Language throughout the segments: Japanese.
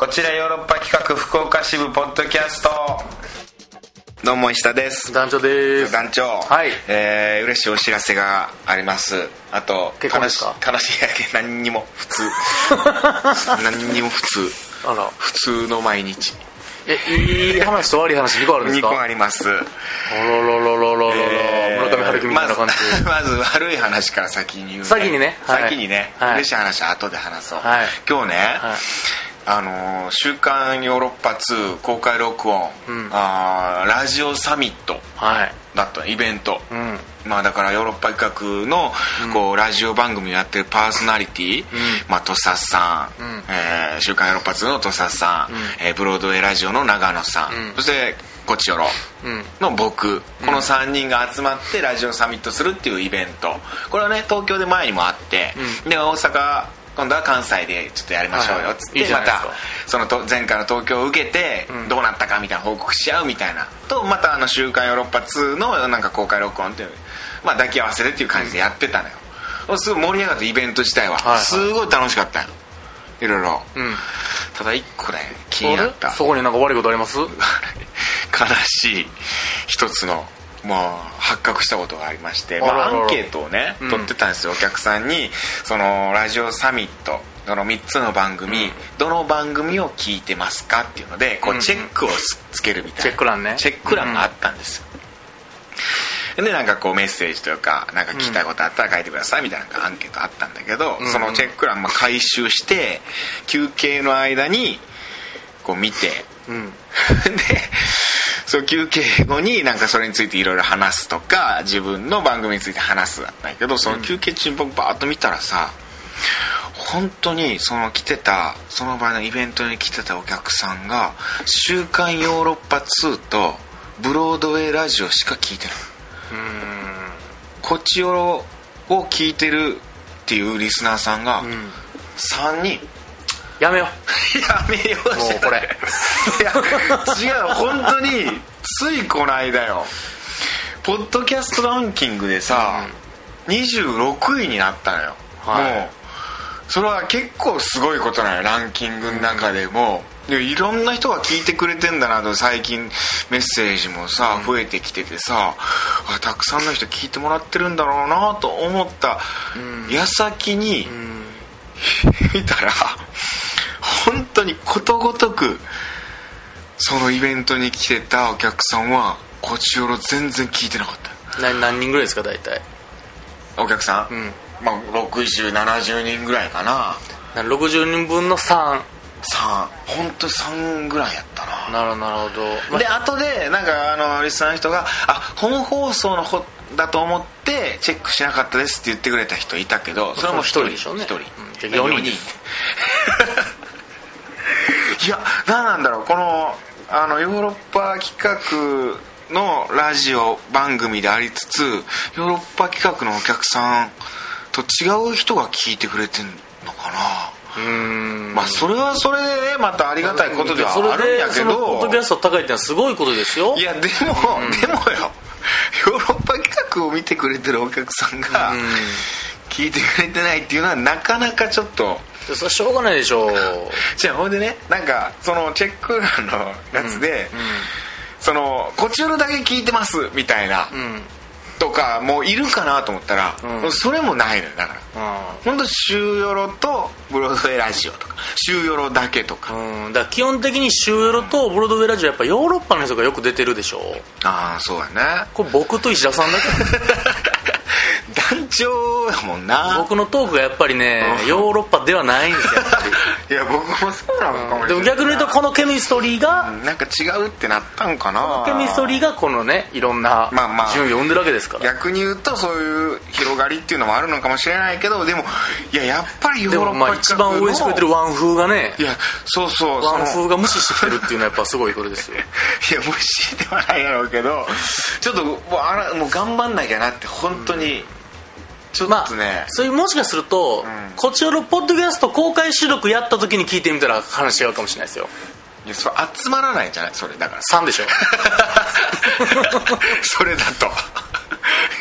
こちらヨーロッパ企画福岡支部ポッドキャスト。どうも石田です。 団長です。 団長、 はい、 嬉しいお知らせがあります。あと結婚ですか？ 悲しいやけ何にも普通何にも普通。 あら、 普通の毎日。 いい話と悪い話2個あるんですか？ 2個あります。 村上春樹みたいな感じで、 まず悪い話から先に言う、ね、 先にね、 はい、嬉しい話は後で話そう、 はい、 今日ね、 はい、 週刊ヨーロッパ2公開録音、ラジオサミットだったイベント、まあだからヨーロッパ企画のこうラジオ番組をやってるパーソナリティ、まあ土佐さん、週刊ヨーロッパ2の土佐さん、ブロードウェイラジオの長野さん、そしてこちよろの僕、この3人が集まってラジオサミットするっていうイベント、これはね東京で前にもあって、で大阪今度は関西でちょっとやりましょうよっつって、またその前回の東京を受けてどうなったかみたいな報告し合うみたいなと、また週刊ヨーロッパ2のなんか公開録音っていう、まあ抱き合わせでっていう感じでやってたのよ。すごい盛り上がったイベント自体はすごい楽しかったよ、いろいろ。ただ一個ね気になった。 そこになんか悪いことあります？ 悲しい一つの発覚したことがありまして、アンケートをね取ってたんですよ、お客さんに。そのラジオサミットその3つの番組、どの番組を聞いてますかっていうのでこうチェックをつけるみたいなチェック欄ね、 チェック欄があったんですよ。でなんかこうメッセージというかなんか聞きたいことあったら書いてくださいみたいなアンケートあったんだけど、そのチェック欄回収して休憩の間にこう見て、でその休憩後になんかそれについていろいろ話すとか自分の番組について話すだったんだけど、その休憩中に僕バーッと見たらさ、本当にその場合のイベントに来てたお客さんが週刊ヨーロッパ2とブロードウェイラジオしか聞いてない。こっちよろを聞いてるっていうリスナーさんが3人。 やめようもうこれいや違う、本当についこの間よ、ポッドキャストランキングでさ、26位になったのよ、もうそれは結構すごいことなのよ、ランキングの中でも。いろんな人が聞いてくれてんだなと、最近メッセージもさ増えてきててさ、たくさんの人聞いてもらってるんだろうなと思った矢先に見たら、本当にことごとくそのイベントに来てたお客さんはこちよろ全然聞いてなかった。 何人ぐらいですか大体お客さん？まあ60、70人ぐらいかな。 60人分の3 本当に3ぐらいやったな。 なるほど。 で後でなんかリスナーの人が本放送の方だと思ってチェックしなかったですって言ってくれた人いたけど、それも1人でしょうね。1人、4人いや何なんだろう、このヨーロッパ企画のラジオ番組でありつつヨーロッパ企画のお客さんと違う人が聞いてくれてんのかな。まあそれはそれでねまたありがたいことではあるんやけど、そのポッドキャスト高いってのはすごいことですよ。 いやでもよヨーロッパ企画を見てくれてるお客さんが聞いてくれてないっていうのはなかなかちょっとそれはしょうがないでしょう。 じゃあほんでね、なんかそのチェック欄のやつで、そのこちらだけ聞いてますみたいな、とかもういるかなと思ったら、それもないのよ。だから本当週ヨロとブロードウェイラジオとか週ヨロだけとか、 だから基本的に週ヨロとブロードウェイラジオやっぱヨーロッパの人がよく出てるでしょ。 ああそうやね。 これ僕と石田さんだけ団長やもんな。 僕のトークがやっぱりねヨーロッパではないんですよやっぱりいや僕もそうなのかもしれない。 でも逆に言うとこのケミストリーが、 なんか違うってなったんかな。 このケミストリーがこのねいろんな順位を生んでるわけですから、 逆に言うとそういう広がりっていうのもあるのかもしれないけど、でもやっぱりヨーロッパ一番応援してくれてるワン風がね、 いやそうワン風が無視してきてるっていうのはやっぱすごいことですよ。 いや無視ではないやろうけど、ちょっともう頑張んなきゃなって本当に、ちょっとね、 そういうもしかすると、こちらのポッドキャスト公開収録やった時に聞いてみたら話違うかもしれないですよ。 いやそれ集まらないんじゃないそれだから 3でしょそれだと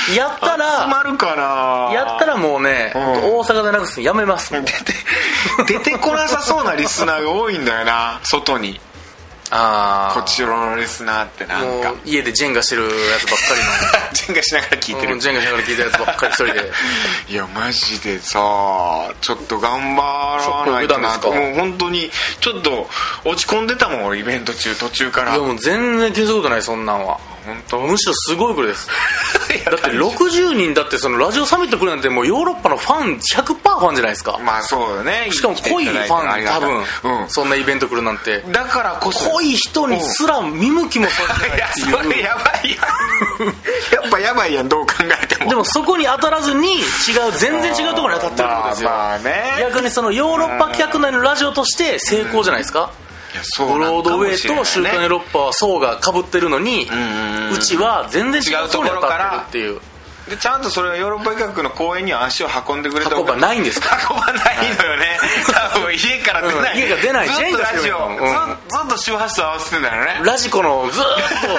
やったら集まるかな。 やったらもうね、大阪でなくすのやめます。 出てこなさそうなリスナーが多いんだよな、外に。こちらのリスナーってなんか家でジェンガしてるやつばっかりのジェンガしながら聞いてる、 ジェンガしながら聞いてるやつばっかり一人でいやマジでさ、ちょっと頑張らないとなと。もう本当にちょっと落ち込んでたもん、イベント中途中から。 いやもう全然気づくことない、そんなんは。 本当むしろすごいことですだって60人だって、そのラジオサミット来るなんてもうヨーロッパのファン 100% ファンじゃないですか。 まあそうだね。 しかも濃いファン、多分、そんなイベント来るなんて。 だからこそ濃い人にすら見向きもされないっていう。 いやそれやばいやんやっぱやばいやん、どう考えても。 でもそこに当たらずに全然違うところに当たってるんですよ。 まあね、 逆にそのヨーロッパ客内のラジオとして成功じゃないですか。ブロードウェイと週刊ヨーロッパは層が被ってるのに、うちは全然違うところからっていう。 でちゃんとそれはヨーロッパ企画の公演には足を運んでくれた。 運ばないんですか。 運ばないのよね多分家から出ない、 家が出ない、 ずっとラジオ、ずっと周波数合わせてんだよね。 ラジコのずっと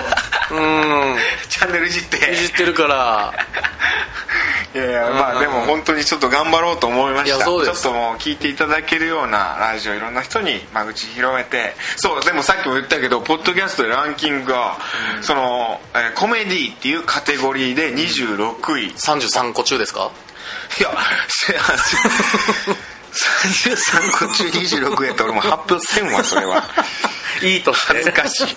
チャンネルいじってるからいやまあでも本当にちょっと頑張ろうと思いました。ちょそうです。 っともう聞いていただけるようなラジオいろんな人に間口広めて。そうでもさっきも言ったけど、ポッドキャストでランキングが、そのコメディっていうカテゴリーで26位。 33個中ですか。 いや33個中26位やったら俺も発表せんわ、それはいいとして恥ずかしい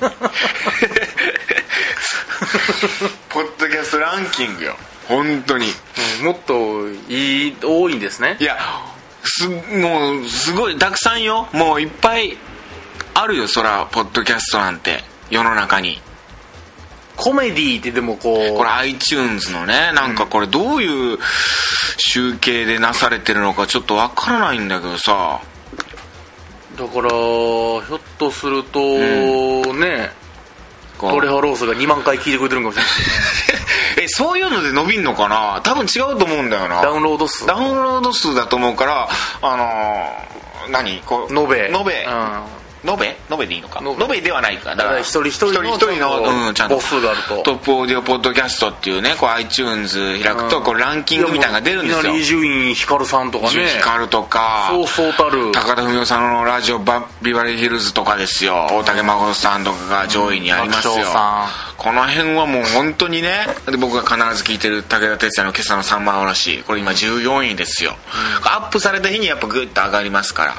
ポッドキャストランキングよ、本当に、 もっと多いんですね。 いやもうすごいたくさんよ。もういっぱいあるよ、そらポッドキャストなんて世の中に。 コメディってでもこれ iTunes のね、なんかこれどういう集計でなされてるのかちょっとわからないんだけどさ。 だからひょっとすると、ね、トレハロースが2万回聞いてくれてるんかもしれないそういうので伸びんのかな。多分違うと思うんだよな。 ダウンロード数だと思うから、何こう延べでいいのか。延べではないか。だから一人のちゃんと母数があると。 トップオーディオポッドキャストっていうね、こう iTunes 開くとこうランキングみたいなのが出るんですよ。 伊集院光さんとかね。 光とか。 そうたる。 高田文夫さんのラジオビバリーヒルズとかですよ。大竹誠さんとかが上位にありますよ。この辺はもう本当にね。で僕が必ず聞いてる武田鉄矢の今朝の三番おろし、これ今14位ですよ。アップされた日にやっぱグッと上がりますから。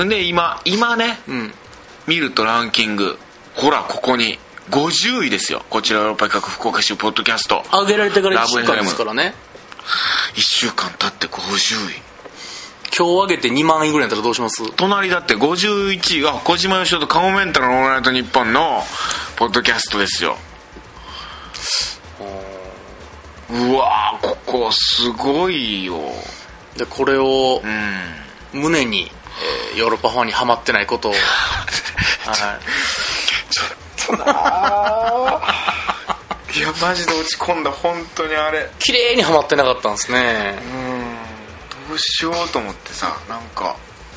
で今ね。見るとランキング、ほらここに50位ですよ。こちらヨーロッパ企画福岡市ポッドキャスト上げられてから1週間ですからね。 1週間経って50位。 今日上げて2万位ぐらいだったらどうします？ 隣だって51位は小島よしおとカモメンタルのオールナイトニッポンのポッドキャストですよ。うわー、ここすごいよ。 でこれを胸に、ヨーロッパファンにハマってないことをちょっとないやマジで落ち込んだ、本当にあれ綺麗にハマってなかったんですね。 どうしようと思ってさ、なんか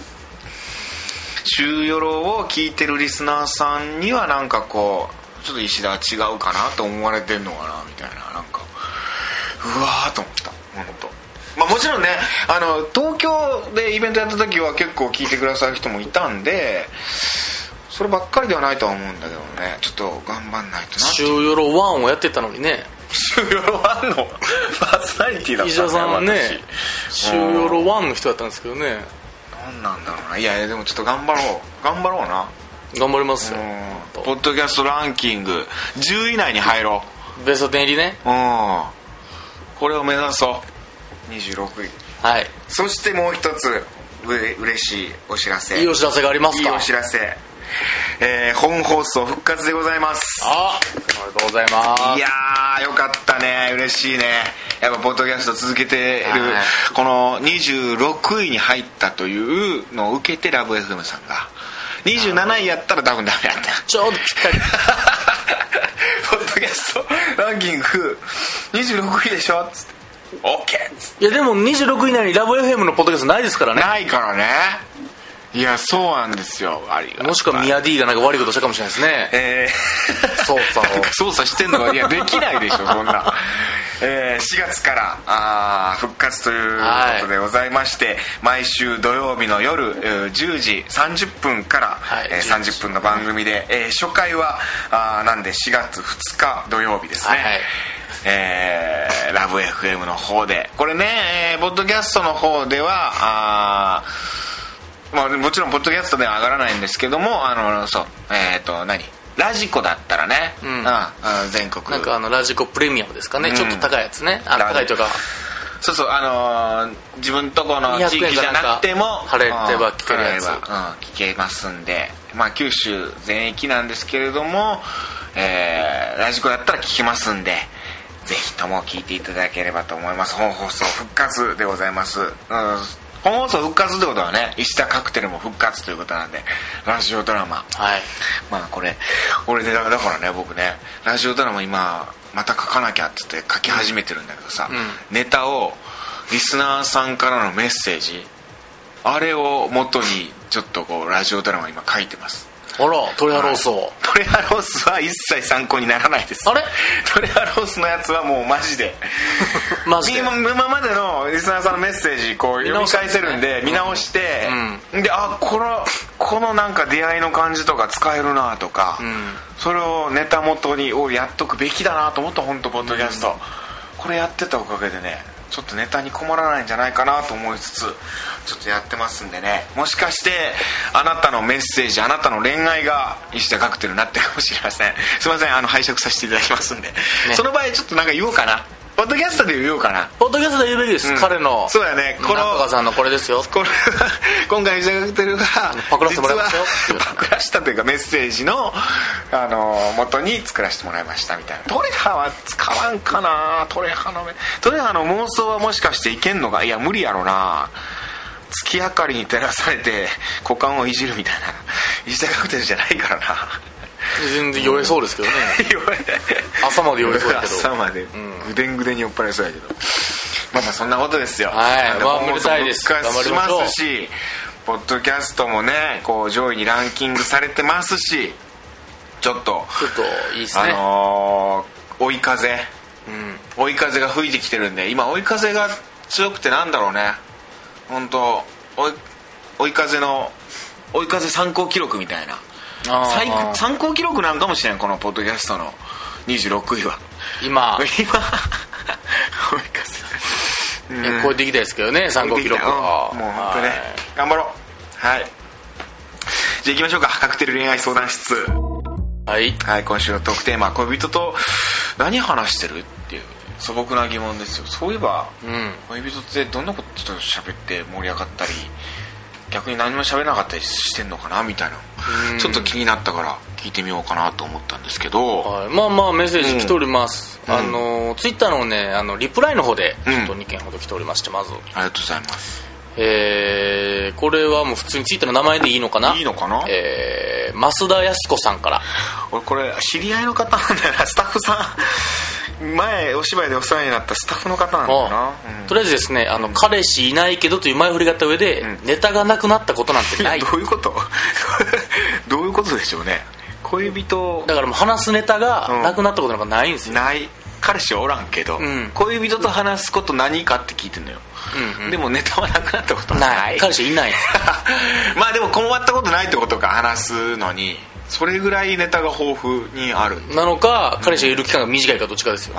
週ヨロを聞いてるリスナーさんにはなんかこうちょっと石田は違うかなと思われてんのかなみたいな、なんかうわーと思った、本当。まあ、もちろんね、東京でイベントやった時は結構聞いてくださる人もいたんで、そればっかりではないとは思うんだけどね、ちょっと頑張んないとな。 週ヨロ1をやってたのにね。 週ヨロ1のパーソナリティだったんだよ。 石田さんはね、週ヨロ1の人だったんですけどね。 何なんだろうな。いやでもちょっと頑張ろうな。 頑張りますよ。 ポッドキャストランキング10位以内に入ろう。ベスト10入りね。 これを目指そう。26位。 はい。 そしてもう一つ嬉しいお知らせ。 いいお知らせがありますか？ いいお知らせ。本放送復活でございます。 ありがとうございます。 いやーよかったね、嬉しいね。やっぱポッドキャスト続けてる、この26位に入ったというのを受けてラブ FM さんが27位やったら多分ダメやった。 ちょうどぴったりポッドキャストランキング26位でしょっつって OK。 いやでも26位以内にラブ FM のポッドキャストないですからね。 ないからね。 いやそうなんですよ。 もしくはミヤ D がなんか悪いことしたかもしれないですね。 操作してんのはいやできないでしょそんな。4月から復活ということでございまして、毎週土曜日の夜10時30分から、30分の番組で、初回はなんで4月2日土曜日ですね、ラブ FM の方でこれね、ポッドキャストの方ではもちろんポッドキャストでは上がらないんですけども、ラジコだったらね、全国なんかラジコプレミアムですかね、ちょっと高いやつね、高いというかそう自分とこの地域じゃなくても晴れてば聞けるやつ聞けますんで、九州全域なんですけれども、ラジコだったら聞けますんで、ぜひとも聞いていただければと思います。本放送復活でございます。本放送復活ってことはね、石田カクテルも復活ということなんで、ラジオドラマ、これでだからね、僕ねラジオドラマ今また書かなきゃっつって書き始めてるんだけどさ、ネタをリスナーさんからのメッセージ、あれを元にちょっとラジオドラマ今書いてます。 あら、トレハロースを、 トレハロースは一切参考にならないです。 あれトレハロースのやつはもうマジで今までのリスナーさんのメッセージ読み返せるんで見直して、でこのなんか出会いの感じとか使えるなとか、それをネタ元にやっとくべきだなと思った。本当ポッドキャスト、これやってたおかげでね、ちょっとネタに困らないんじゃないかなと思いつつちょっとやってますんでね、もしかしてあなたのメッセージ、あなたの恋愛が石田カクテルになってるかもしれません。すいません、拝借させていただきますんで、その場合ちょっとなんか言おうかな、ポッドキャストで言おうかな。 ポッドキャストで言うべきです、彼の。 そうだね、 なんとかさんのこれですよ、 これ今回石田カクテルがパクらせてもらいますよパクらしたというかメッセージの元に作らせてもらいましたみたいな。トレハは使わんかな。トレハの妄想はもしかしていけんのか。いや無理やろな。月明かりに照らされて股間をいじるみたいな石田カクテルじゃないからな。 全然酔えそうですけどね朝まで酔えそうだけど、 朝までぐでんぐでんに酔っ払いそうやけど、そんなことですよ。 めでたいです。頑張りましょう。 し、ポッドキャストもね上位にランキングされてますし、ちょっといいですね、 追い風が吹いてきてるんで、今追い風が強くてなんだろうね、本当追い風参考記録みたいな、参考記録なんかもしれん、このポッドキャストの26位は今追い風、超えていきたいですけどね、参考記録は。 もう本当ね、頑張ろう。はい、じゃあ行きましょうか。カクテル恋愛相談室。はい、今週のトークテーマ、恋人と何話してるっていう素朴な疑問ですよ。そういえば、恋人ってどんなことと喋って盛り上がったり、逆に何も喋らなかったりしてんのかなみたいな、ちょっと気になったから聞いてみようかなと思ったんですけど、 メッセージ来ております。ツイッターのねリプライの方でちょっと2件ほど来ておりまして、まずありがとうございます。 これはもう普通にツイッターの名前でいいのかな、 いいのかな。 増田靖子さんから。 俺これ知り合いの方なんだよな、スタッフさん、前お芝居でお世話になったスタッフの方なんだよな。 とりあえずですね、彼氏いないけどという前振りがあった上で、ネタがなくなったことなんてない。 どういうことどういうことでしょうね。恋人だからもう話すネタがなくなったことなんかないんですよ。 ない。彼氏はおらんけど、恋人と話すこと何かって聞いてんのよ。でもネタはなくなったことはない。 彼氏いないでも困ったことないってことか、話すのに。それぐらいネタが豊富にあるなのか、彼氏がいる期間が短いかどっちかですよ。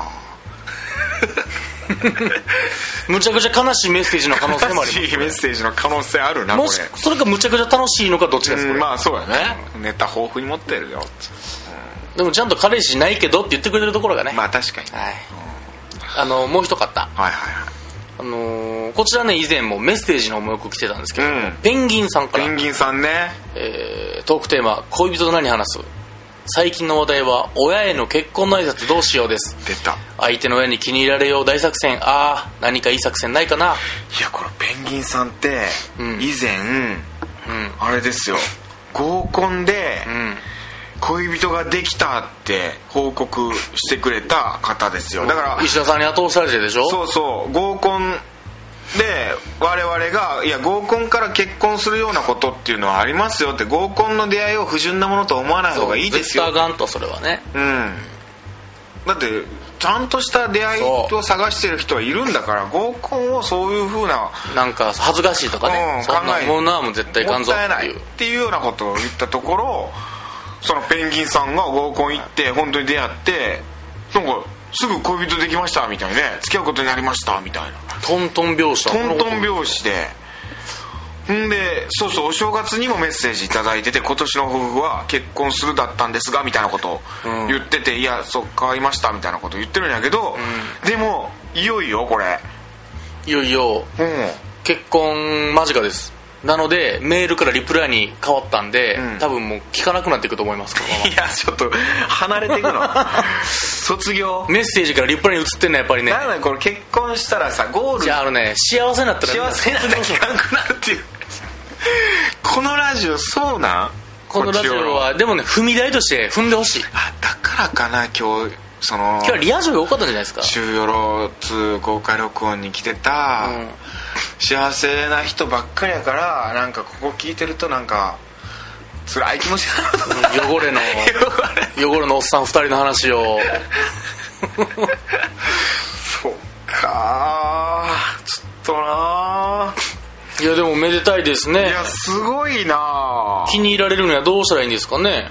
むちゃくちゃ悲しいメッセージの可能性もあります。 悲しいメッセージの可能性あるな。 もしそれかむちゃくちゃ楽しいのかどっちですか。 そうやね、ネタ豊富に持ってるよ。 でもちゃんと彼氏ないけどって言ってくれるところがね、 確かに、 もう一方、こちらね、以前もメッセージのもよく来てたんですけど、ペンギンさんから。 ペンギンさんね、 トークテーマ、恋人と何話す。最近の話題は親への結婚の挨拶どうしようです。 出た。 相手の親に気に入られよう大作戦。何かいい作戦ないかな。 いや、このペンギンさんって以前、あれですよ、合コンで恋人ができたって報告してくれた方ですよ。だから石田さんに後押されてでしょ。 そう合コンで我々がいや合コンから結婚するようなことっていうのはありますよって、合コンの出会いを不純なものと思わない方がいいですよ。 絶対あかんと、それはね。 だってちゃんとした出会いを探してる人はいるんだから、合コンをそういう風ななんか恥ずかしいとかね、そんなものはもう絶対いかんぞっていうようなことを言ったところ、そのペンギンさんが合コン行って本当に出会って、なんかすぐ恋人できましたみたいなね、付き合うことになりましたみたいな、 トントン拍子で、んでそうそう、お正月にもメッセージいただいてて、今年の夫婦は結婚するだったんですがみたいなことを言ってて、いやそう変わりましたみたいなことを言ってるんやけど、でもいよいよこれいよいよ結婚間近です。なのでメールからリプライに変わったんで、多分もう聞かなくなっていくと思います。 いやちょっと離れていくの卒業メッセージからリプライに移ってんのやっぱりね。 なんだこれ結婚したらさ、ゴールじゃあ幸せになったら幸せになったら聞かなくなるっていうこのラジオそうなん？ このラジオはでもね、踏み台として踏んでほしい。 だからかな、今日はリア充が多かったんじゃないですか。 週よろ2公開録音に来てた、幸せな人ばっかりやから、なんかここ聞いてるとなんか辛い気持ちになる。 汚れのおっさん2人の話をそっか、ちょっとな。 いやでもめでたいですね。 いやすごいな。 気に入られるにはどうしたらいいんですかね。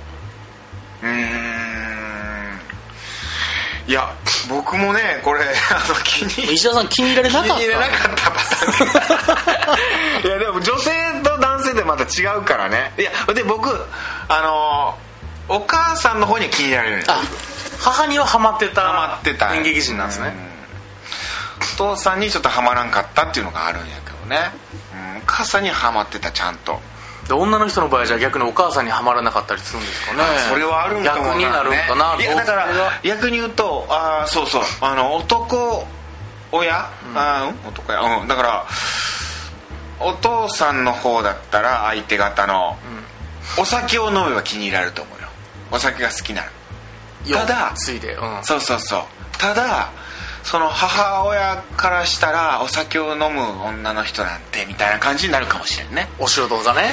いや僕もねこれ石田さん気に入られなかった。 気に入れなかったパターンいやでも女性と男性でまた違うからね。いやで僕お母さんの方には気に入られるんです。 母にはハマってた演劇人なんですね。 お父さんにちょっとハマらんかったっていうのがあるんやけどね、お母さんにはハマってたちゃんと。 で女の人の場合じゃ逆にお母さんにはまらなかったりするんですかね。 それはあるんかもな、 逆になるんかな。 いやだから逆に言うとそうそう、男親、男親、だからお父さんの方だったら相手方の、お酒を飲めば気に入られると思うよ。お酒が好きなら。ただついで、 そうただその母親からしたらお酒を飲む女の人なんてみたいな感じになるかもしれんね。 お仕事がね。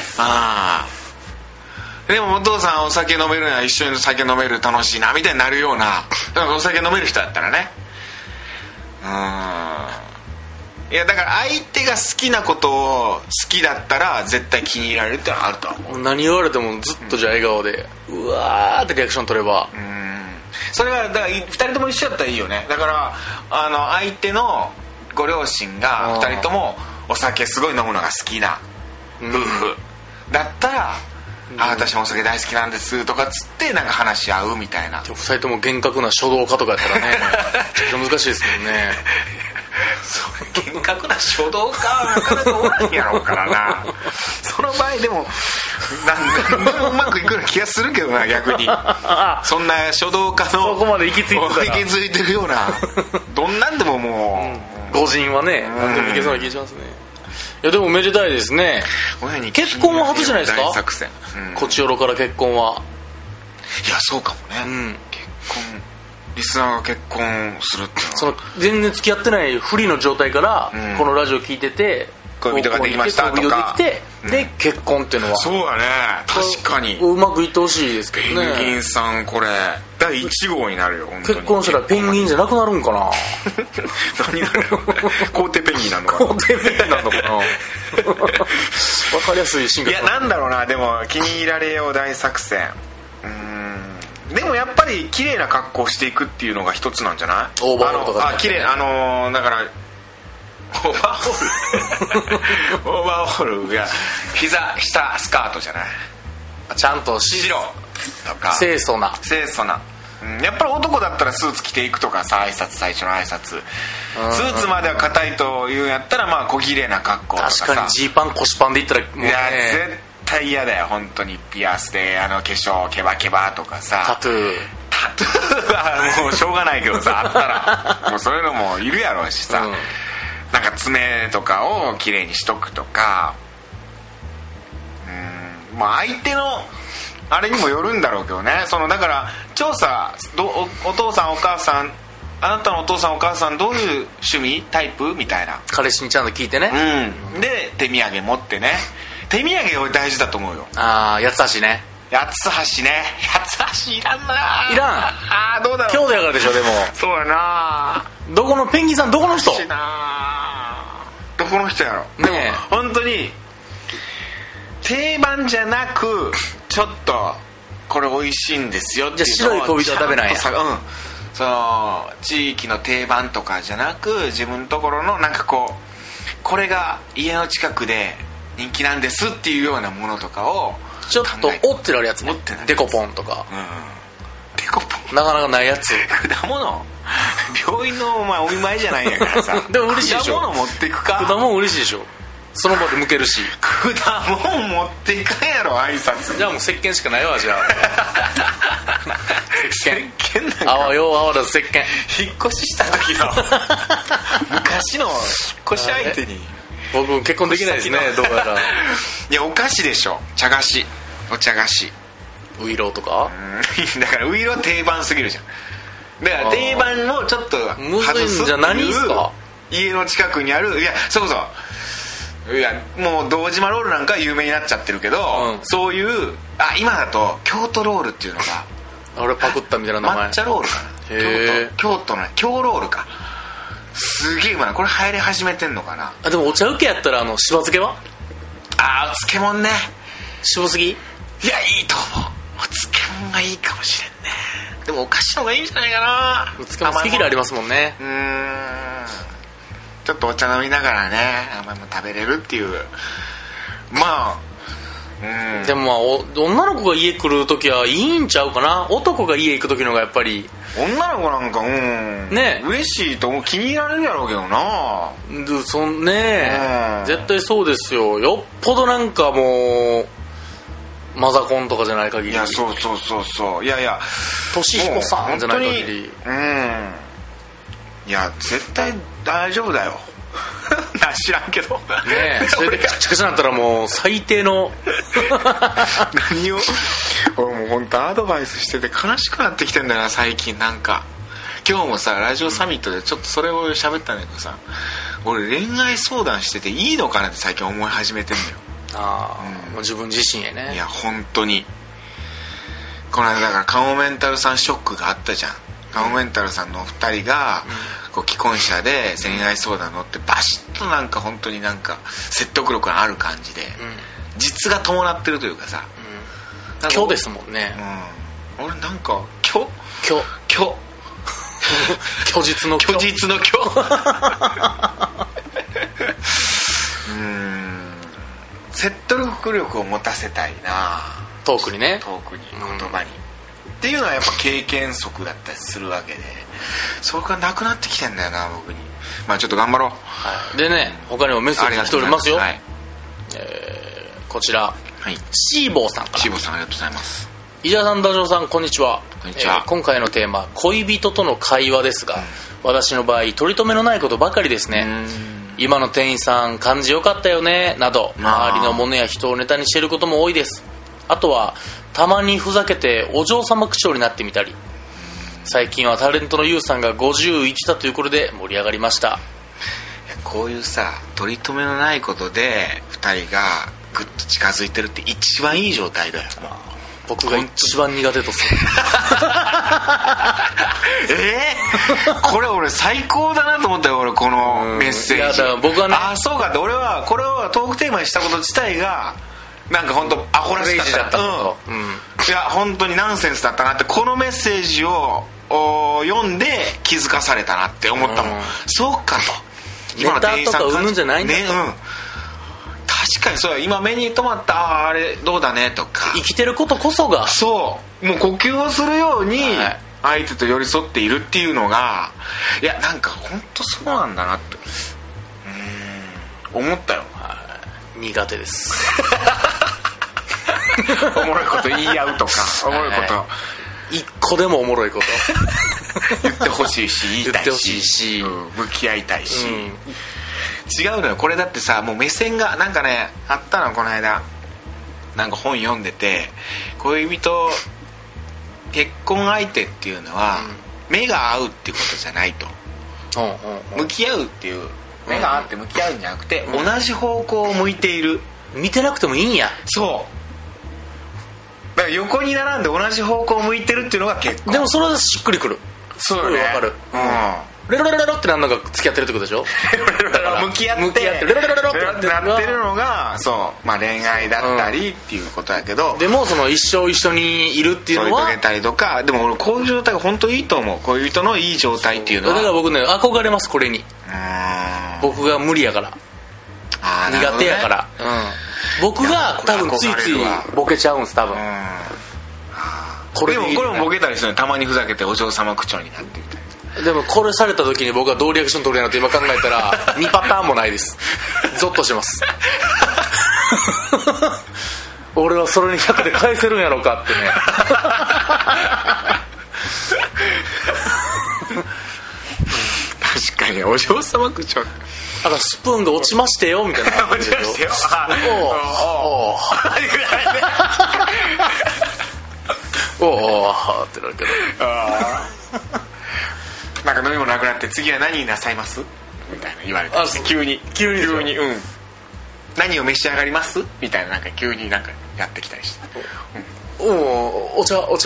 でもお父さんお酒飲めるなら一緒に酒飲める楽しいなみたいになるような、なんかお酒飲める人だったらね。いやだから相手が好きなことを好きだったら絶対気に入られるってのはあると思う。 何言われてもずっとじゃあ笑顔でうわーってリアクション取れば、 それはだから2人とも一緒だったらいいよね。だから相手のご両親が2人ともお酒すごい飲むのが好きな夫婦だったら、私もお酒大好きなんですとかつってなんか話し合うみたいな。 2人とも厳格な書道家とかやったらねちょっと難しいですもんねそれ厳格な書道家はなかなかおらんやろうからなその場合でもなんかうまくいくような気がするけどな、逆にそんな書道家のそこまで行き着いてたら行き着いてるようなどんなんでももう、御人はね何でもいけそうな気がしますね。いやでもめでたいですね。結婚は初じゃないですか。こちよろから結婚は。 いやそうかもね、結婚リスナーが結婚するっていうのは全然付き合ってないフリーの状態から、このラジオ聞いてて恋人ができましたとかできて、で結婚っていうのはそうだね、確かにうまくいってほしいですけどね。 ペンギンさんこれ第1号になるよ。本当に結婚したらペンギンじゃなくなるんかな何なるよ皇帝ペンギンなのかな。 皇帝ペンギンなのかな分かりやすい進化。 いやなんだろうな、でも気に入られよう大作戦。でもやっぱり綺麗な格好していくっていうのが一つなんじゃない？ オーバーオールとか、 綺麗だからオーバーオールが膝下スカートじゃない、 ちゃんと白とか清楚な、 やっぱり男だったらスーツ着ていくとかさ、最初の挨拶スーツまでは硬いというんやったらまあ小綺麗な格好とかさ。 確かにジーパン腰パンでいったらもうね、 いや絶対嫌だよ本当に。ピアスで化粧ケバケバとかさ、 タトゥーはもうしょうがないけどさあったらもうそういうのもいるやろうしさ、なんか爪とかをきれいにしとくとか、まあ相手のあれにもよるんだろうけどね。だから調査お父さんお母さんあなたのお父さんお母さんどういう趣味タイプみたいな、 彼氏にちゃんと聞いてね、 で手土産持ってね。手土産大事だと思うよ。 八つ橋ね。 八つ橋ね。八つ橋いらんな。 いらん。 どうだろう。 兄弟やからでしょ。でもそうやな。 どこのペンギンさん、どこの人？ どこの人やろ。 ねえ、 でも本当に定番じゃなく、ちょっとこれ美味しいんですよっていうのを。 じゃあ白い恋人は食べないや。 その地域の定番とかじゃなく、自分のところのなんかこう、これが家の近くで人気なんですっていうようなものとかをちょっとおってなるやつね。デコポンとか、 デコポンなかなかないやつ。 果物病院のお見舞いじゃないんやからさでも嬉しいでしょ。 果物持っていくか。 果物嬉しいでしょ。その場で剥けるし。 果物持っていかんやろ、挨拶。 じゃあもう石鹸しかないわ。じゃあ石鹸なんか泡だ石鹸。 引っ越しした時の昔の引っ越し相手に。 僕結婚できないですね、どうやら。 いや、お菓子でしょ。茶菓子、お茶菓子、 ウイローとか。 だからウイロー定番すぎるじゃん。だから定番をちょっとむずいんじゃ何ですか。 家の近くにある、いや、そういや、もう堂島ロールなんか有名になっちゃってるけど、そういう今だと京都ロールっていうのが、 俺パクったみたいな名前。 抹茶ロールかな。京都の京ロールか。すげえ今これ流行り始めてんのかな。 でもお茶受けやったらしば漬けは。 漬物ね。 渋すぎ。 いや、いいと思う。漬物がいいかもしれんね。でもお菓子の方がいいんじゃないかな。 漬物好き嫌いありますもんね。 ちょっとお茶飲みながらね、甘いも食べれるっていう。まあ、 でも女の子が家来るときはいいんちゃうかな。男が家行くときの方がやっぱり。 女の子なんかね、嬉しいと思う。気に入られるやろうけどな。 絶対そうですよ。よっぽどなんかもうマザコンとかじゃない限り。 いや、そう。いや俊彦さんじゃない限り。 いや、絶対大丈夫だよ。知らんけどね。それでカチカチになったらもう最低の何を。俺もう本当アドバイスしてて悲しくなってきてんだよな、最近。なんか今日もさ、ラジオサミットでちょっとそれを喋ったんだけどさ、俺恋愛相談してていいのかなって最近思い始めてんだよ。 自分自身へね。 いや、本当にこの間だからカモメンタルさんショックがあったじゃん。カモメンタルさんのお二人がこう既婚者で恋愛相談乗ってバシッとなんか本当になんか説得力がある感じで、実が伴ってるというかさ、 虚ですもんね。 俺なんか虚実の虚説得力を持たせたいな、 トークに言葉に、っていうのはやっぱ経験則だったりするわけで、それがなくなってきてんだよな、僕に。まあちょっと頑張ろう。 でね、他にもメッセージ来ておりますよ。こちら、シーボーさんから。 シーボーさん、ありがとうございます。 伊沢さん、ダジョウさん、こんにちは。今回のテーマ、恋人との会話ですが、私の場合取り留めのないことばかりですね。今の店員さん感じよかったよねなど、周りのものや人をネタにしていることも多いです。あとはたまにふざけてお嬢様口調になってみたり、最近はタレントのユウさんが51だということで盛り上がりました。 こういうさ、取り留めのないことで2人がグッと近づいてるって一番いい状態だよ。 僕が一番苦手とするこれ俺最高だなと思ったよ、俺このメッセージ。 いや、僕はね、 そうかって、俺はこれをトークテーマにしたこと自体がなんか本当アホらしかった。いや本当にナンセンスだったなって、このメッセージを読んで気づかされたなって思ったもん。そうかと、 ネタとか売るんじゃないんだと、 確かにそうや。今目に留まったあれどうだねとか、 生きてることこそが、 そうもう呼吸をするように相手と寄り添っているっていうのが、いやなんか本当そうなんだなって思ったよ。 苦手ですおもろいこと言い合うとか、おもろいこと一個でもおもろいこと言ってほしいし、言いたいし、 言ってほしいし、 向き合いたいし、違うのよこれ。だってさ、もう目線がなんかね、あったのこの間、なんか本読んでて、恋人結婚相手っていうのは、 目が合うっていうことじゃないと、向き合うっていう、目が合って向き合うんじゃなくて、同じ方向を向いている。 見てなくてもいいんや。 そうだから横に並んで同じ方向を向いてるっていうのが結構。 でもそれはしっくりくる。 そうね、 わかる。レロレロレロってなんのが付き合ってるってことでしょ。 だから向き合ってレロレロレロってなってるのが、そうまあ恋愛だったりっていうことだけど、 でもその一生一緒にいるっていうのは添い遂げたりとか。でも俺こういう状態が本当いいと思う。恋人のいい状態っていうのは。 だから僕ね憧れます、これに。僕が無理やから、苦手やから、僕が多分ついついボケちゃうんす多分。 でもこれもボケたりするの、たまにふざけてお嬢様口調になってみたいな。 でもこれされた時に僕はどうリアクション取れるのって今考えたら2パターンもないです。ゾッとします。俺はそれに100で返せるんやろうかってね。 確かにお嬢様口調。 だからスプーンが落ちましてよみたいな。 落ちましてよ。 おーってなるけど。 なんか飲み物なくなって次は何になさいますみたいな言われて、急に何を召し上がりますみたいな、なんか急になんかやってきたりして、 お茶なん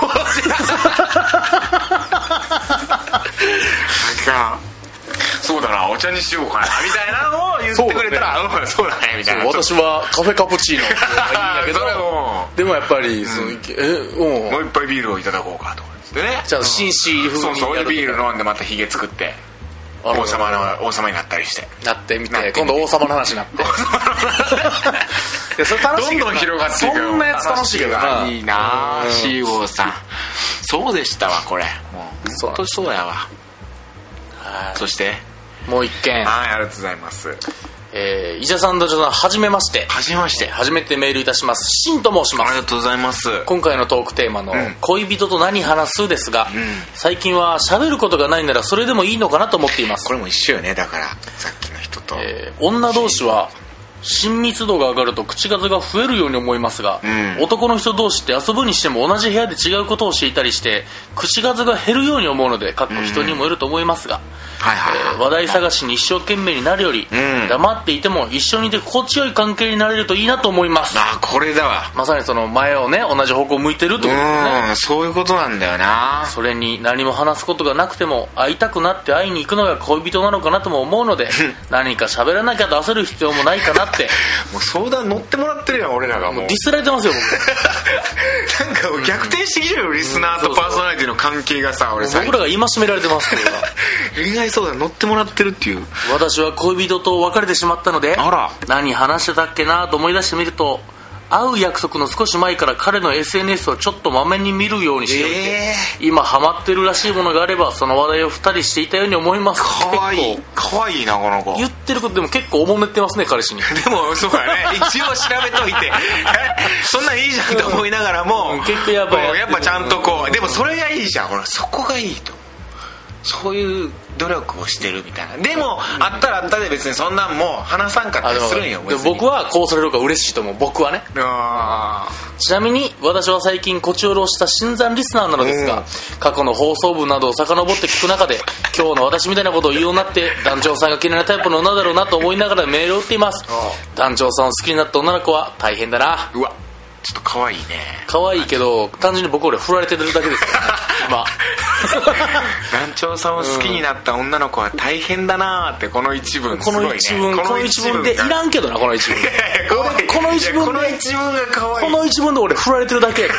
かそうだな、お茶にしようかなみたいなのを言ってくれたら、そうだねみたいな。 私はカフェカプチーノがいいんだけどでもやっぱりもう一杯ビールをいただこうかとかでね、 じゃあ紳士風にそうビール飲んでまたヒゲ作って王様になったりしてみて、今度王様の話になってそれ楽しい、 どんどん広がっていく。 そんなやつ楽しいけどな。 いいな、シーゴーさん。そうでしたわ、これもう本当にそうやわ。そしてもう一件。 はい、ありがとうございます。 伊者さんとジョさん、はじめまして。 初めてメールいたします。シンと申します。 ありがとうございます。 今回のトークテーマの恋人と何話すですが、最近は喋ることがないならそれでもいいのかなと思っています。 これも一緒よね。だからさっきの人と、 女同士は親密度が上がると口数が増えるように思いますが、男の人同士って遊ぶにしても同じ部屋で違うことをしていたりして口数が減るように思うので、人にもよると思いますが、話題探しに一生懸命になるより、黙っていても一緒にいて心地よい関係になれるといいなと思います。 これだわ。 まさにその前をね、同じ方向を向いてるってことですね。 そういうことなんだよな。 それに何も話すことがなくても会いたくなって会いに行くのが恋人なのかなとも思うので何か喋らなきゃと焦る必要もないかなってもう相談乗ってもらってるやん、俺らが。もうディスられてますよ僕。なんか逆転してきてるよ、リスナーとパーソナリティの関係がさ。俺僕らが戒められてますけど恋愛相談乗ってもらってるっていう。 私は恋人と別れてしまったので、何話してたっけなと思い出してみると、会う約束の少し前から彼の SNS をちょっとまめに見るようにしておいて、今ハマってるらしいものがあればその話題を2人していたように思います。 かわいいなこの子。 言ってることでも結構おもめってますね、彼氏に。 でもそうだね、一応調べといてそんなんいいじゃんと思いながらも、 結構やっぱちゃんとこう、でもそれがいいじゃん。ほら、そこがいいと。そういう努力をしてるみたいな。でもあったらあったで別にそんなんもう話さんかったりするんよ。 でも僕はこうされる方が嬉しいと思う、僕はね。ちなみに私は最近こちおろした新参リスナーなのですが、過去の放送部などを遡って聞く中で今日の私みたいなことを言うようになって団長さんが嫌いなタイプの女だろうなと思いながらメールを打っています。団長さんを好きになった女の子は大変だな。 うわ、ちょっと可愛いね。 可愛いけど単純に僕俺振られてるだけですからね今団長さんを好きになった女の子は大変だなーって、この一文すごいね。 この一文でいらんけどな、この一文この一文が可愛い。この一文で俺振られてるだけ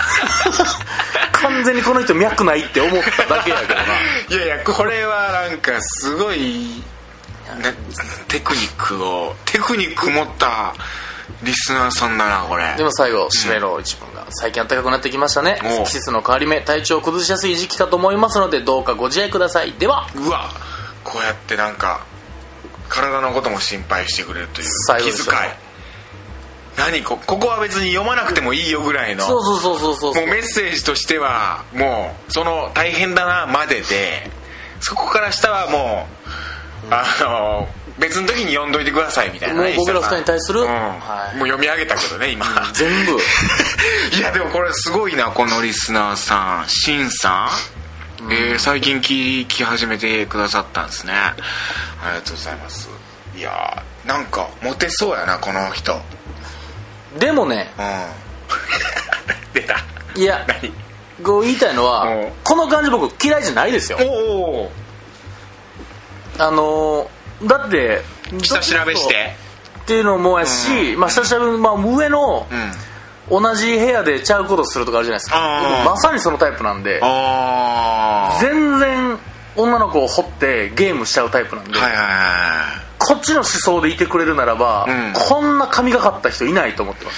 完全にこの人脈ないって思っただけやけどな。 いやこれはなんかすごいテクニック持ったリスナーさんだなこれ。 でも最後締めの一文が、最近暖かくなってきましたね。季節の変わり目、体調を崩しやすい時期かと思いますのでどうかご自愛ください。では。 うわ、こうやってなんか体のことも心配してくれるという気遣い。何ここは別に読まなくてもいいよぐらいの。 そうもうメッセージとしてはもうその大変だなまでで、そこから下はもう別の時に読んどいてくださいみたいな。 もう僕ら2人に対する、 もう読み上げたけどね今、 全部いやでもこれすごいな、このリスナーさん、シンさ最近聞き始めてくださったんですね。ありがとうございます。いやー、なんかモテそうやなこの人。 でもね、 出た。 いや、こう言いたいのは、この感じ僕嫌いじゃないですよ。だって下調べしてっていうのもやし、下調べ、上の、同じ部屋でちゃうことするとかあるじゃないですか。まさにそのタイプなんで、全然女の子を掘ってゲームしちゃうタイプなんで、こっちの思想でいてくれるならば、こんな神がかった人いないと思ってます。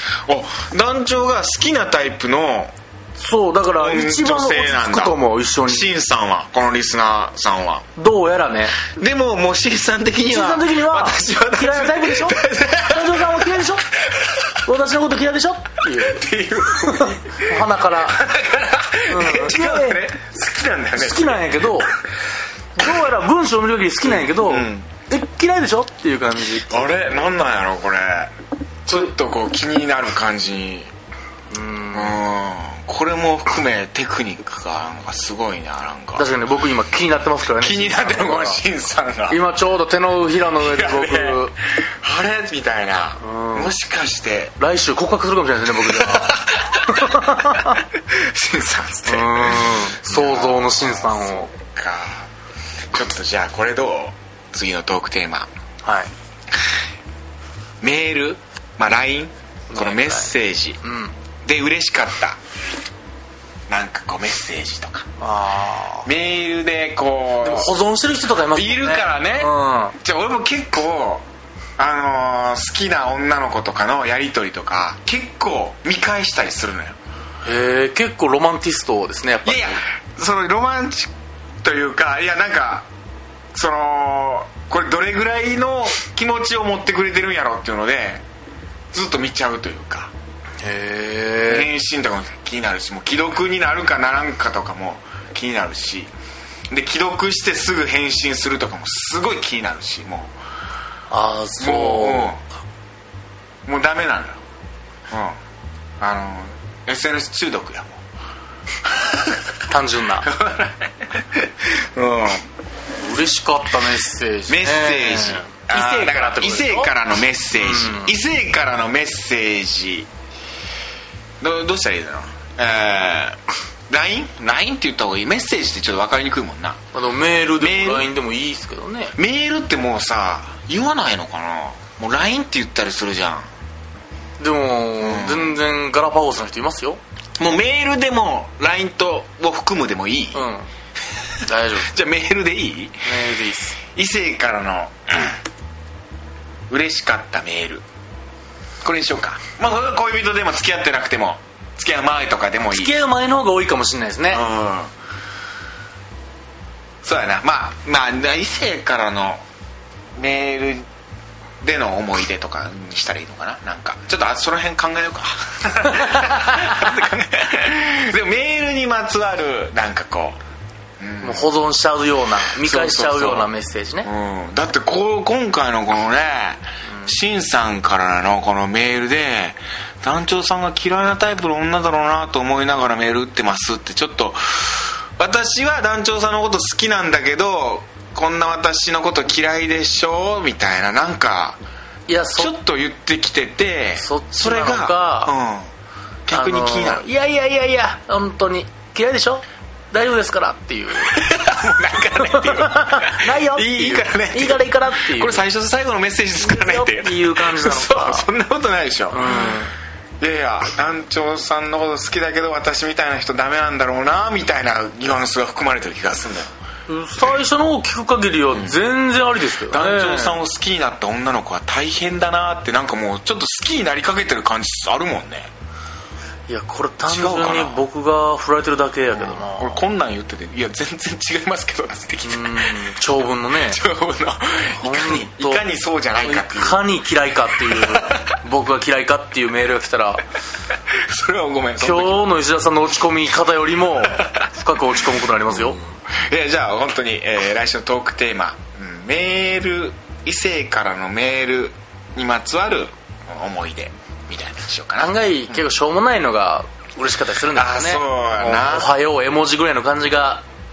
団長が好きなタイプの、 そうだから一番落ち着くと思う。一緒にシンさんは、このリスナーさんはどうやらね。 でももうシンさん的には私は嫌いなタイプでしょ。団長さんは嫌いでしょ。私のこと嫌いでしょっていう鼻から違うね、好きなんだよね。 好きなんやけど、どうやら文章を見る限り好きなんやけど、嫌いでしょっていう感じ。 あれなんなんやろこれ。ちょっとこう気になる感じ。これも含めテクニックがなんかすごいな。なんか確かに僕今気になってますからね。 気になってるのがシンさんが今ちょうど手のひらの上で僕あれみたいな、もしかして来週告白するかもしれないですね僕じゃシンさんっつって想像のシンさんをちょっとじゃあこれどう？次のトークテーマ、メール、LINE、このメッセージで嬉しかったなんかこうメッセージとかメールでこう。 でも保存してる人とかいますもんね。 いるからね。じゃあ俺も結構好きな女の子とかのやり取りとか結構見返したりするのよ。 結構ロマンティストですねやっぱり。 いやそのロマンチックというか、いやなんかそのこれどれぐらいの気持ちを持ってくれてるんやろっていうのでずっと見ちゃうというか、返信とかも気になるし、もう既読になるかならんかとかも気になるし、で既読してすぐ返信するとかもすごい気になるし、もうそうもうダメなのよ。SNS 中毒やもう単純な嬉しかったメッセージ、 メッセージ、異性からのメッセージ、異性からのメッセージどうしたらいいだろう。LINE って言った方がいい。メッセージってちょっと分かりにくいもんな。 メールでも LINE でもいいですけどね。 メールってもうさ言わないのかな。もう LINE って言ったりするじゃん。 でも、全然ガラパゴスの人いますよ。 もうメールでも LINE を含むでもいい。 大丈夫じゃあメールでいい？メールでいいっす。 異性からの嬉しかったメール、これにしようか。恋人でも付き合ってなくても付き合う前とかでもいい。 付き合う前の方が多いかもしれないですね。 そうやな。異性からのメールでの思い出とかにしたらいいのかな。なんかちょっとその辺考えようかでもメールにまつわるなんかこう、 もう保存しちゃうような、見返しちゃうようなメッセージね。 だって今回のこのね、シンさんからのこのメールで団長さんが嫌いなタイプの女だろうなと思いながらメール打ってますって、ちょっと私は団長さんのこと好きなんだけどこんな私のこと嫌いでしょみたいな、なんかちょっと言ってきてて、それが逆に気になる。 いや本当に嫌いでしょ、大丈夫ですからっていうないよっていう、 いいからね、 いいからっていう、 これ最初と最後のメッセージですからねっていう感じなのか。 そんなことないでしょ。いや団長さんのこと好きだけど私みたいな人ダメなんだろうなみたいなニュアンスが含まれてる気がするんだよ。 最初の方聞く限りは全然ありですけどね。 団長さんを好きになった女の子は大変だなって、なんかもうちょっと好きになりかけてる感じあるもんね。 いやこれ単純に僕が振られてるだけやけどな。 俺こんなん言ってて、いや全然違いますけどってきて、 長文のね、 長文のいかにそうじゃないかっていう、 いかに嫌いかっていう僕が嫌いかっていうメールが来たらそれはごめん、 今日の石田さんの落ち込み方よりも深く落ち込むことになりますよ。 いやじゃあ本当に、来週のトークテーマ、メール、異性からのメールにまつわる思い出みたいなにしようかな。 案外結構しょうもないのが嬉しかったりするんですよね。 そうやな。 おはよう絵文字ぐらいの感じが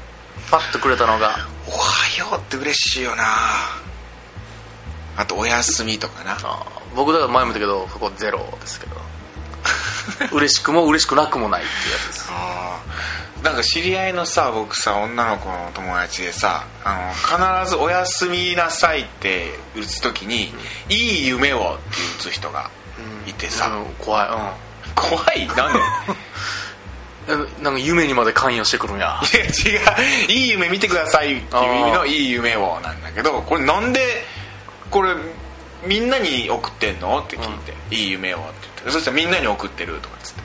パッとくれたのがおはようって嬉しいよな。あとおやすみとかな。 僕だから前も言ったけどここゼロですけど嬉しくも嬉しくなくもないっていうやつです。 なんか知り合いのさ、僕さ女の子の友達でさ、必ずおやすみなさいって打つ時に、いい夢をって打つ人がいてさ、 怖い、 怖い。なんでなんか夢にまで関与してくるんや。 いや違う、いい夢見てくださいっていう意味のいい夢をなんだけど、これなんでこれみんなに送ってんのって聞いて、いい夢をって言って、そしたらみんなに送ってるとかっつって、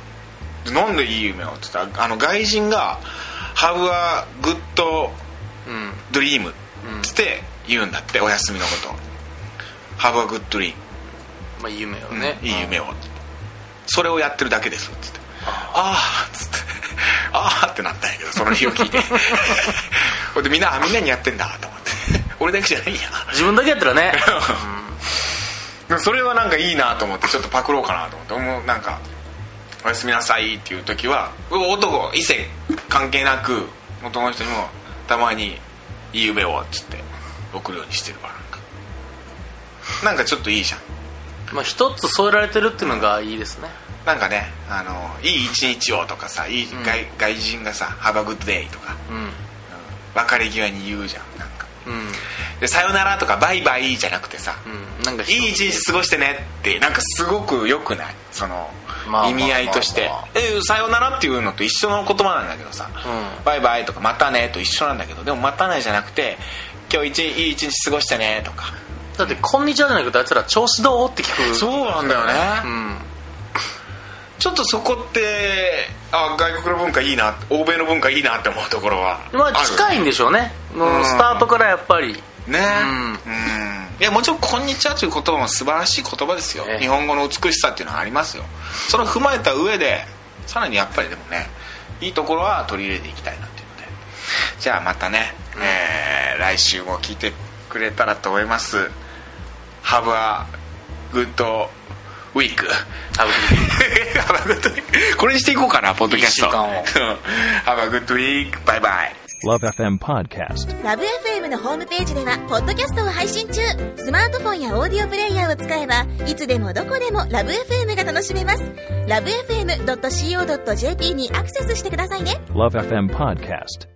なんでいい夢をって言ったら、外人がHave a good dreamって言うんだって、お休みのことを。Have a good dream、 まあ、夢をね、 いい夢を、それをやってるだけですって言って、ああっつってああってなったんやけど、その日を聞いてこれでみんなにやってんだと思って俺だけじゃないんや、 自分だけやったらねそれはなんかいいなと思って、ちょっとパクろうかなと思って、もうなんかおやすみなさいっていう時は、男異性関係なく男の人にもたまにいい夢をっつって送るようにしてるわ。なんかちょっといいじゃん。 まあ一つ添えられてるっていうのがいいですね。 なんかね、いい一日をとかさ、いい、外人がさ Have a good day とか、別れ際に言うじゃん。なんか、でさよならとかバイバイじゃなくてさ、なんかいい一日過ごしてねって、なんかすごく良くない？その意味合いとして、さよならっていうのと一緒の言葉なんだけどさ、バイバイとかまたねと一緒なんだけど、でもまたねじゃなくて、今日いい一日過ごしてねとか。 だってこんにちはじゃなくてあいつら調子どうって聞く。 そうなんだよね、ちょっとそこって外国の文化いいな、欧米の文化いいなって思うところはある、 まあ近いんでしょうね、もうスタートからやっぱりね。いやもちろんこんにちはという言葉も素晴らしい言葉ですよ、日本語の美しさっていうのはありますよ。それを踏まえた上でさらにやっぱりでもね、いいところは取り入れていきたいなっていうので、じゃあまたね、来週も聞いてくれたらと思います。Have a good week これにしていこうかな、ポッドキャスト。Have a good week. バイバイ。 Love FM Podcast。 Love FM のホームページではポッドキャストを配信中。スマートフォンやオーディオプレイヤーを使えばいつでもどこでも Love FM が楽しめます。 LoveFM.co.jp にアクセスしてくださいね。 Love FM Podcast。